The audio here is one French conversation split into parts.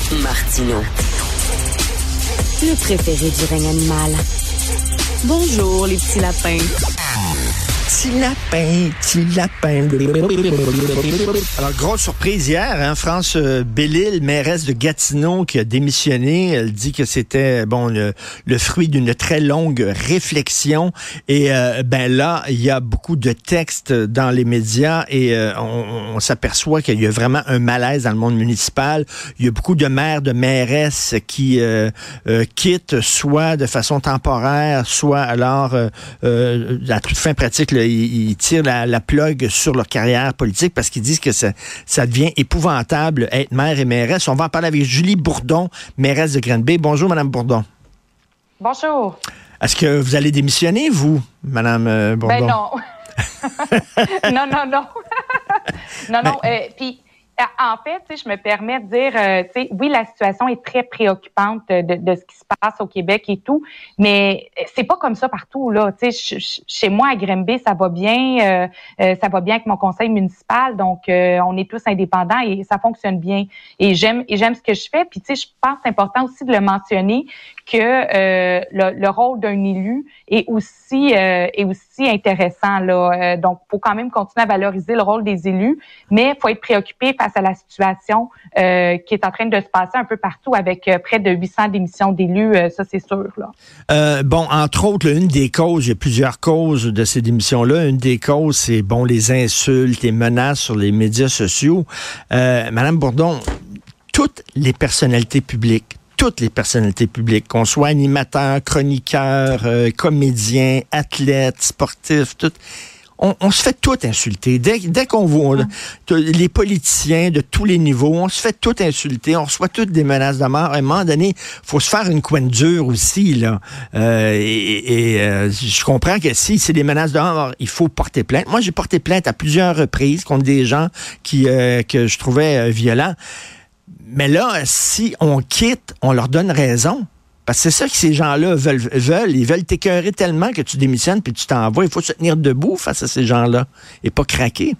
Martineau. Le préféré du règne animal. Bonjour, les petits lapins. Petit lapin. Alors, grosse surprise hier, France Bellil, mairesse de Gatineau, qui a démissionné. Elle dit que c'était le fruit d'une très longue réflexion. Et là, il y a beaucoup de textes dans les médias et on s'aperçoit qu'il y a vraiment un malaise dans le monde municipal. Il y a beaucoup de maires, de mairesses qui quittent soit de façon temporaire, soit alors à toute fin pratique, là, ils tirent la plug sur leur carrière politique parce qu'ils disent que ça devient épouvantable être maire et mairesse. On va en parler avec Julie Bourdon, mairesse de Granby. Bonjour, Madame Bourdon. Bonjour. Est-ce que vous allez démissionner, vous, Madame Bourdon? Ben non. Non. Puis, en fait, je me permets de dire, oui, la situation est très préoccupante de ce qui se passe au Québec et tout, mais c'est pas comme ça partout, là. Chez moi, à Granby, ça va bien avec mon conseil municipal, donc on est tous indépendants et ça fonctionne bien. Et j'aime ce que je fais, puis je pense que c'est important aussi de le mentionner que le rôle d'un élu est aussi intéressant, là. Donc, faut quand même continuer à valoriser le rôle des élus, mais faut être préoccupé face à la situation qui est en train de se passer un peu partout avec près de 800 démissions d'élus, ça c'est sûr, là. Entre autres, là, une des causes, il y a plusieurs causes de ces démissions-là. Une des causes, c'est les insultes, les menaces sur les médias sociaux. Madame Bourdon, toutes les personnalités publiques, qu'on soit animateur, chroniqueur, comédien, athlète, sportif, tout, on se fait tout insulter. Dès qu'on voit les politiciens de tous les niveaux, on se fait tout insulter. On reçoit toutes des menaces de mort. À un moment donné, faut se faire une coin dure aussi, là. Je comprends que si c'est des menaces de mort, il faut porter plainte. Moi, j'ai porté plainte à plusieurs reprises contre des gens que je trouvais violents. Mais là, si on quitte, on leur donne raison. Parce que c'est ça que ces gens-là veulent. Ils veulent t'écœurer tellement que tu démissionnes puis tu t'en vas. Il faut se tenir debout face à ces gens-là et pas craquer.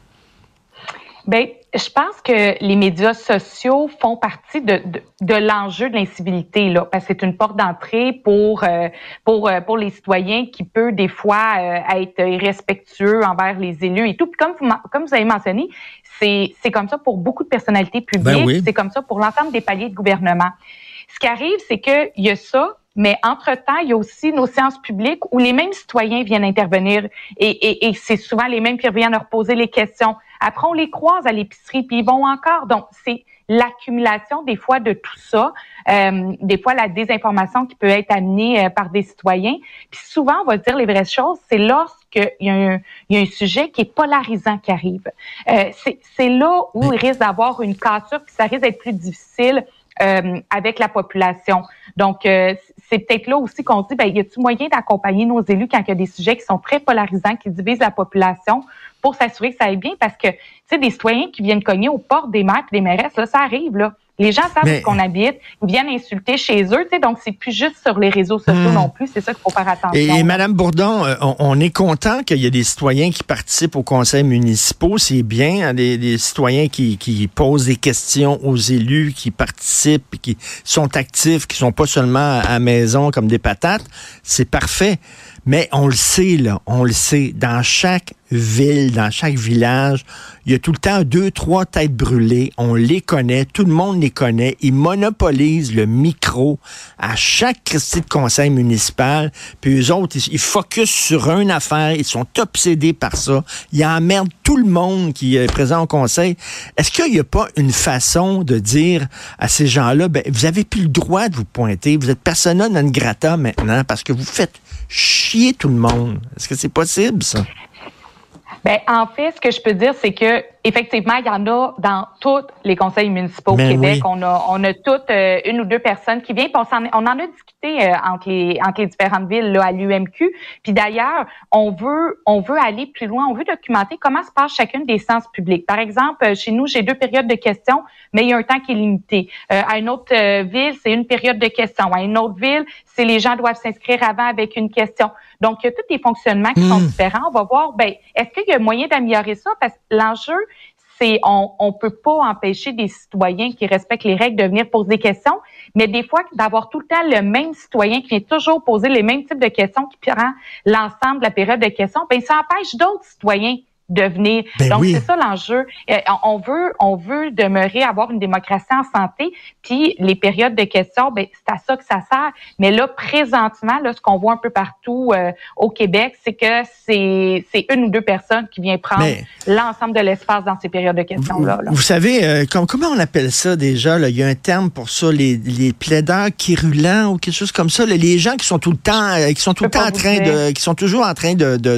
Bien, je pense que les médias sociaux font partie de l'enjeu de l'incivilité, là, parce que c'est une porte d'entrée pour les citoyens qui peut des fois être irrespectueux envers les élus et tout. Puis comme vous avez mentionné, c'est comme ça pour beaucoup de personnalités publiques. Ben oui. C'est comme ça pour l'ensemble des paliers de gouvernement. Ce qui arrive, c'est qu'il y a ça, mais entre-temps, il y a aussi nos séances publiques où les mêmes citoyens viennent intervenir et c'est souvent les mêmes qui reviennent leur poser les questions. Après, on les croise à l'épicerie, puis ils vont encore. Donc, c'est l'accumulation des fois de tout ça, des fois la désinformation qui peut être amenée par des citoyens. Puis souvent, on va dire les vraies choses, c'est lorsqu'il y a un sujet qui est polarisant qui arrive. C'est là où il risque d'avoir une cassure, puis ça risque d'être plus difficile avec la population. Donc, c'est peut-être là aussi qu'on dit, y a-t-il moyen d'accompagner nos élus quand il y a des sujets qui sont très polarisants, qui divisent la population pour s'assurer que ça aille bien? Parce que, des citoyens qui viennent cogner aux portes des maires et des mairesses, là, ça arrive, là. Les gens savent où qu'on habite, ils viennent insulter chez eux, donc c'est plus juste sur les réseaux sociaux non plus, c'est ça qu'il faut faire attention. Et Madame Bourdon, on est content qu'il y ait des citoyens qui participent aux conseils municipaux, c'est bien, des citoyens qui posent des questions aux élus, qui participent, qui sont actifs, qui sont pas seulement à la maison comme des patates, c'est parfait. Mais on le sait, dans chaque ville, dans chaque village, il y a tout le temps 2-3 têtes brûlées. On les connaît, tout le monde les connaît. Ils monopolisent le micro à chaque christie de conseil municipal. Puis eux autres, ils focusent sur une affaire. Ils sont obsédés par ça. Ils emmerdent tout le monde qui est présent au conseil. Est-ce qu'il n'y a pas une façon de dire à ces gens-là, vous avez plus le droit de vous pointer. Vous êtes persona non grata maintenant parce que vous faites chier tout le monde. Est-ce que c'est possible, ça? En fait, ce que je peux dire, c'est que effectivement, il y en a dans tous les conseils municipaux au Québec. Oui. On a toutes une ou deux personnes qui viennent. On en a discuté entre les différentes villes là, à l'UMQ. Puis d'ailleurs, on veut aller plus loin. On veut documenter comment se passe chacune des séances publiques. Par exemple, chez nous, j'ai 2 périodes de questions, mais il y a un temps qui est limité. À une autre ville, c'est une période de questions. À une autre ville, c'est les gens doivent s'inscrire avant avec une question. Donc, il y a tous des fonctionnements qui sont différents. On va voir, est-ce qu'il y a moyen d'améliorer ça? Parce que l'enjeu, on peut pas empêcher des citoyens qui respectent les règles de venir poser des questions, mais des fois, d'avoir tout le temps le même citoyen qui vient toujours poser les mêmes types de questions, qui prend l'ensemble de la période de questions, ben ça empêche d'autres citoyens de venir. Donc, c'est ça l'enjeu. On veut demeurer, avoir une démocratie en santé, puis les périodes de questions, ben c'est à ça que ça sert. Mais là, présentement, là, ce qu'on voit un peu partout au Québec, c'est que c'est une ou deux personnes qui viennent prendre l'ensemble de l'espace dans ces périodes de questions-là. Vous savez, comment on appelle ça déjà? Là? Il y a un terme pour ça, les plaideurs quérulents ou quelque chose comme ça. Là, les gens qui sont tout le temps, qui sont toujours en train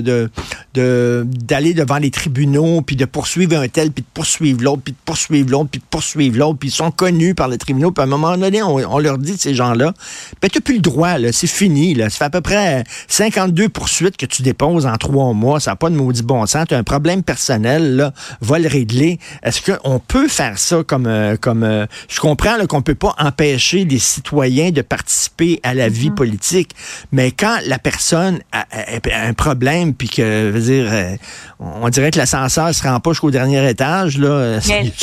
d'aller devant les tribunaux, puis de poursuivre un tel, puis de poursuivre l'autre, puis de poursuivre l'autre, puis de poursuivre l'autre, puis ils sont connus par les tribunaux, puis à un moment donné, on leur dit, ces gens-là, ben t'as plus le droit, là, c'est fini, là. Ça fait à peu près 52 poursuites que tu déposes en 3 mois, ça n'a pas de maudit bon sens, t'as un problème personnel, là, va le régler. Est-ce qu'on peut faire ça comme je comprends là, qu'on peut pas empêcher des citoyens de participer à la vie politique, mais quand la personne a un problème, puis que, veut dire, on dirait que l'ascenseur se rend pas jusqu'au dernier étage. Là.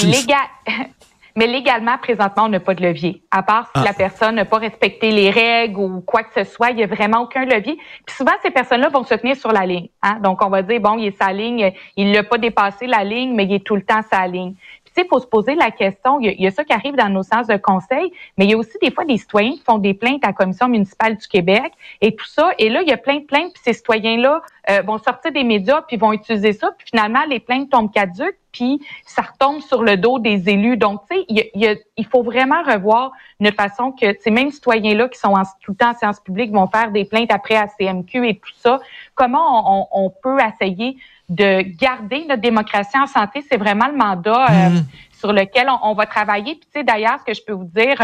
Mais légalement, présentement, on n'a pas de levier. À part si la personne n'a pas respecté les règles ou quoi que ce soit, il n'y a vraiment aucun levier. Puis souvent, ces personnes-là vont se tenir sur la ligne. Hein? Donc, on va dire, bon, il est sa ligne, il l'a pas dépassé la ligne, mais il est tout le temps sa ligne. Tu sais, il faut se poser la question, il y a ça qui arrive dans nos séances de conseil, mais il y a aussi des fois des citoyens qui font des plaintes à la Commission municipale du Québec et tout ça. Et là, il y a plein de plaintes, puis ces citoyens-là vont sortir des médias, puis vont utiliser ça, puis finalement, les plaintes tombent caduques, puis ça retombe sur le dos des élus. Donc, tu sais, il faut vraiment revoir une façon que ces mêmes citoyens-là qui sont tout le temps en séance publique vont faire des plaintes après à CMQ et tout ça. Comment on peut essayer de garder notre démocratie en santé, c'est vraiment le mandat sur lequel on va travailler. Puis tu sais, d'ailleurs, ce que je peux vous dire,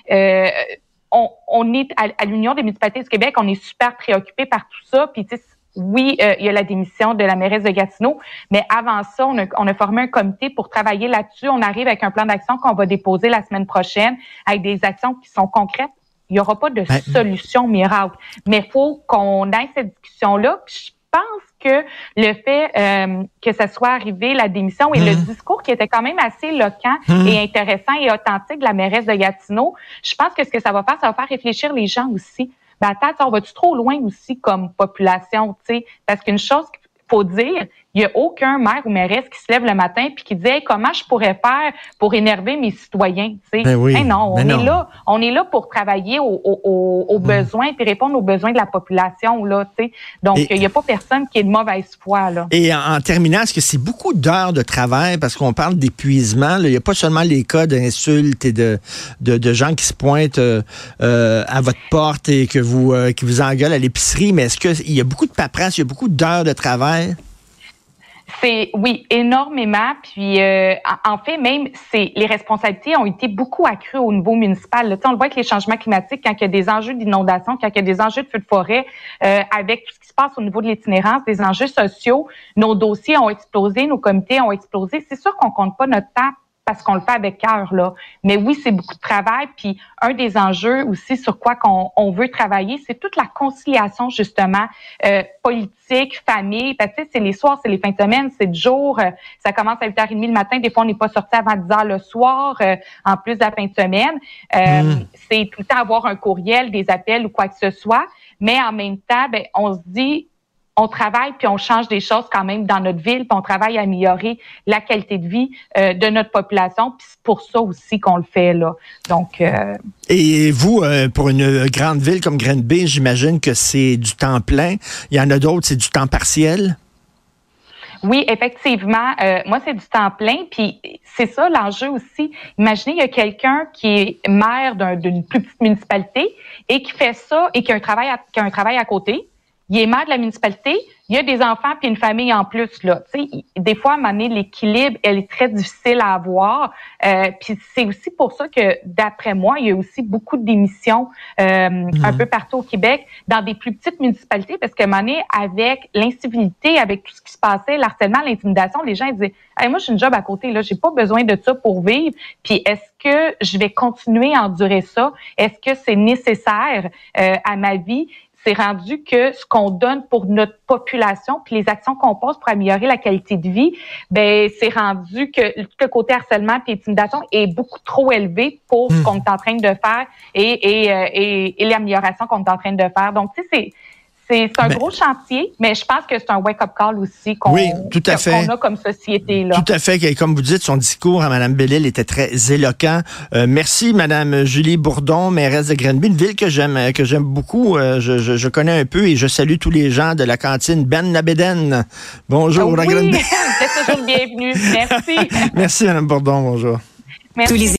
on est à l'Union des municipalités du Québec, on est super préoccupés par tout ça. Puis tu sais, oui, il y a la démission de la mairesse de Gatineau, mais avant ça, on a formé un comité pour travailler là-dessus. On arrive avec un plan d'action qu'on va déposer la semaine prochaine avec des actions qui sont concrètes. Il n'y aura pas de solution miracle, mais il faut qu'on ait cette discussion-là. Je pense que le fait que ça soit arrivé, la démission et le discours qui était quand même assez éloquent et intéressant et authentique de la mairesse de Gatineau, je pense que ce que ça va faire réfléchir les gens aussi. Ben attends, on va-tu trop loin aussi comme population, tu sais? Parce qu'une chose qu'il faut dire, il n'y a aucun maire ou mairesse qui se lève le matin puis qui dit hey, comment je pourrais faire pour énerver mes citoyens, tu sais? Ben oui, hey, non, on est là pour travailler aux besoins puis répondre aux besoins de la population, là, tu sais. Donc, il n'y a pas personne qui est de mauvaise foi, là. Et en terminant, est-ce que c'est beaucoup d'heures de travail parce qu'on parle d'épuisement? Il n'y a pas seulement les cas d'insultes et de gens qui se pointent à votre porte et qui vous engueulent à l'épicerie, mais est-ce qu'il y a beaucoup de paperasse, il y a beaucoup d'heures de travail? Oui, énormément. Puis en fait, même les responsabilités ont été beaucoup accrues au niveau municipal. Là, on le voit avec les changements climatiques, quand il y a des enjeux d'inondation, quand il y a des enjeux de feux de forêt, avec tout ce qui se passe au niveau de l'itinérance, des enjeux sociaux, nos dossiers ont explosé, nos comités ont explosé. C'est sûr qu'on compte pas notre temps parce qu'on le fait avec cœur, là. Mais oui, c'est beaucoup de travail. Puis un des enjeux aussi sur quoi on veut travailler, c'est toute la conciliation, justement, politique, famille. Parce que c'est les soirs, c'est les fins de semaine, c'est le jour. Ça commence à 8h30 le matin. Des fois, on n'est pas sorti avant 10h le soir, en plus de la fin de semaine. C'est tout le temps avoir un courriel, des appels ou quoi que ce soit. Mais en même temps, ben, on se dit, on travaille puis on change des choses quand même dans notre ville, puis on travaille à améliorer la qualité de vie de notre population, puis c'est pour ça aussi qu'on le fait là. Donc Et vous, pour une grande ville comme Granby, j'imagine que c'est du temps plein. Il y en a d'autres, c'est du temps partiel? Oui, effectivement. Moi, c'est du temps plein. Puis c'est ça l'enjeu aussi. Imaginez, il y a quelqu'un qui est maire d'une plus petite municipalité et qui fait ça et qui a un travail à côté. Il est maire de la municipalité, il y a des enfants puis une famille en plus, là. Tu sais, des fois, à un moment donné, l'équilibre, elle est très difficile à avoir. Puis c'est aussi pour ça que, d'après moi, il y a aussi beaucoup de démissions un peu partout au Québec, dans des plus petites municipalités, parce qu'à un moment donné, avec l'incivilité, avec tout ce qui se passait, l'harcèlement, l'intimidation, les gens ils disaient hey, moi, j'ai une job à côté, là, j'ai pas besoin de ça pour vivre. Puis est-ce que je vais continuer à endurer ça? Est-ce que c'est nécessaire à ma vie? c'est rendu que ce qu'on donne pour notre population, puis les actions qu'on pose pour améliorer la qualité de vie, ben c'est rendu que le côté harcèlement puis intimidation est beaucoup trop élevé pour ce qu'on est en train de faire et l'amélioration qu'on est en train de faire. Donc, tu sais, c'est un gros chantier, mais je pense que c'est un wake-up call aussi qu'on a comme société. Là. Tout à fait. Et comme vous dites, son discours à Mme Bellil était très éloquent. Merci, Mme Julie Bourdon, mairesse de Grenby, une ville que j'aime beaucoup. Je connais un peu et je salue tous les gens de la cantine Ben Nabeden. Bonjour, à Grenby. Vous êtes toujours bienvenue. Merci. Merci, Mme Bourdon. Bonjour. Merci.